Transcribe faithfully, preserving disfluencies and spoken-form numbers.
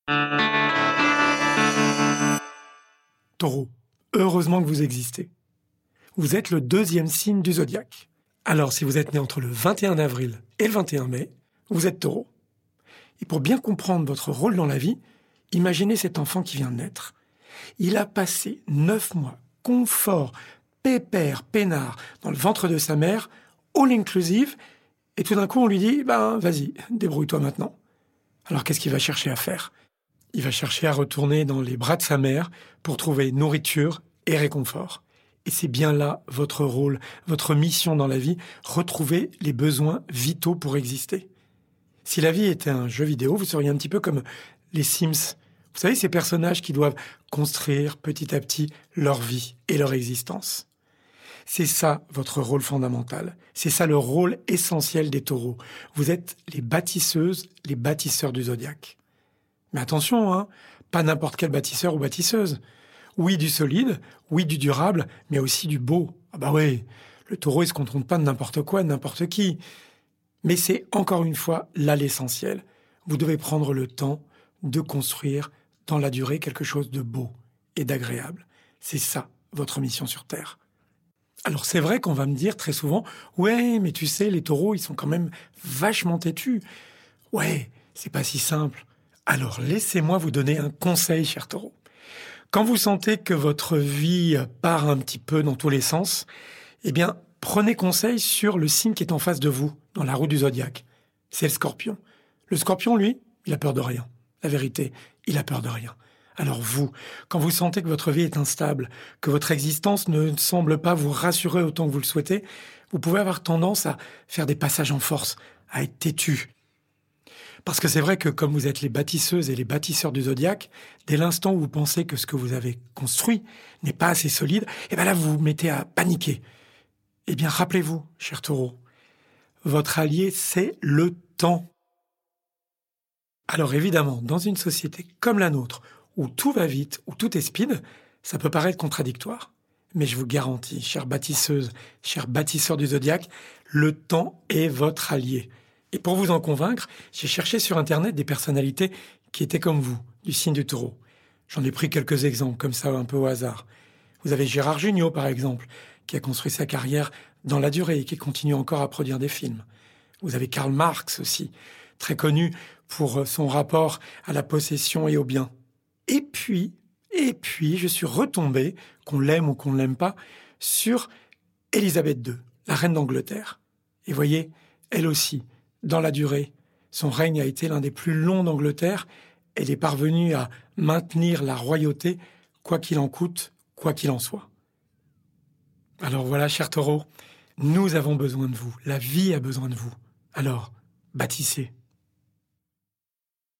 Taureau, heureusement que vous existez. Vous êtes le deuxième signe du zodiaque. Alors, si vous êtes né entre le vingt et un avril et le vingt et un mai, vous êtes taureau. Et pour bien comprendre votre rôle dans la vie, imaginez cet enfant qui vient de naître. Il a passé neuf mois, confort, pépère, peinard, dans le ventre de sa mère, all inclusive, et tout d'un coup on lui dit « ben vas-y, débrouille-toi maintenant ». Alors qu'est-ce qu'il va chercher à faire ? Il va chercher à retourner dans les bras de sa mère pour trouver nourriture et réconfort. Et c'est bien là votre rôle, votre mission dans la vie, retrouver les besoins vitaux pour exister. Si la vie était un jeu vidéo, vous seriez un petit peu comme les Sims. Vous savez, ces personnages qui doivent construire petit à petit leur vie et leur existence. C'est ça votre rôle fondamental. C'est ça le rôle essentiel des taureaux. Vous êtes les bâtisseuses, les bâtisseurs du zodiaque. Mais attention, hein, pas n'importe quel bâtisseur ou bâtisseuse. Oui, du solide, oui, du durable, mais aussi du beau. Ah bah ouais, le taureau, il se contente pas de n'importe quoi, de n'importe qui. Mais c'est encore une fois là l'essentiel. Vous devez prendre le temps de construire dans la durée quelque chose de beau et d'agréable. C'est ça, votre mission sur Terre. Alors c'est vrai qu'on va me dire très souvent « Ouais, mais tu sais, les taureaux, ils sont quand même vachement têtus. » Ouais, c'est pas si simple. Alors laissez-moi vous donner un conseil, cher taureau. Quand vous sentez que votre vie part un petit peu dans tous les sens, eh bien, prenez conseil sur le signe qui est en face de vous, dans la roue du zodiaque. C'est le scorpion. Le scorpion, lui, il a peur de rien. La vérité, il a peur de rien. Alors vous, quand vous sentez que votre vie est instable, que votre existence ne semble pas vous rassurer autant que vous le souhaitez, vous pouvez avoir tendance à faire des passages en force, à être têtu. Parce que c'est vrai que comme vous êtes les bâtisseuses et les bâtisseurs du zodiaque, dès l'instant où vous pensez que ce que vous avez construit n'est pas assez solide, et bien là vous vous mettez à paniquer. Eh bien rappelez-vous, cher taureau, votre allié c'est le temps. Alors évidemment, dans une société comme la nôtre, où tout va vite, où tout est speed, ça peut paraître contradictoire. Mais je vous garantis, chère bâtisseuse, chers bâtisseurs du zodiaque, le temps est votre allié. Et pour vous en convaincre, j'ai cherché sur Internet des personnalités qui étaient comme vous, du signe du taureau. J'en ai pris quelques exemples, comme ça, un peu au hasard. Vous avez Gérard Jugnot, par exemple, qui a construit sa carrière dans la durée et qui continue encore à produire des films. Vous avez Karl Marx aussi, très connu pour son rapport à la possession et au bien. Et puis, et puis, je suis retombé, qu'on l'aime ou qu'on ne l'aime pas, sur Élisabeth deux, la reine d'Angleterre. Et voyez, elle aussi, dans la durée, son règne a été l'un des plus longs d'Angleterre. Elle est parvenue à maintenir la royauté, quoi qu'il en coûte, quoi qu'il en soit. Alors voilà, cher taureau, nous avons besoin de vous. La vie a besoin de vous. Alors, bâtissez.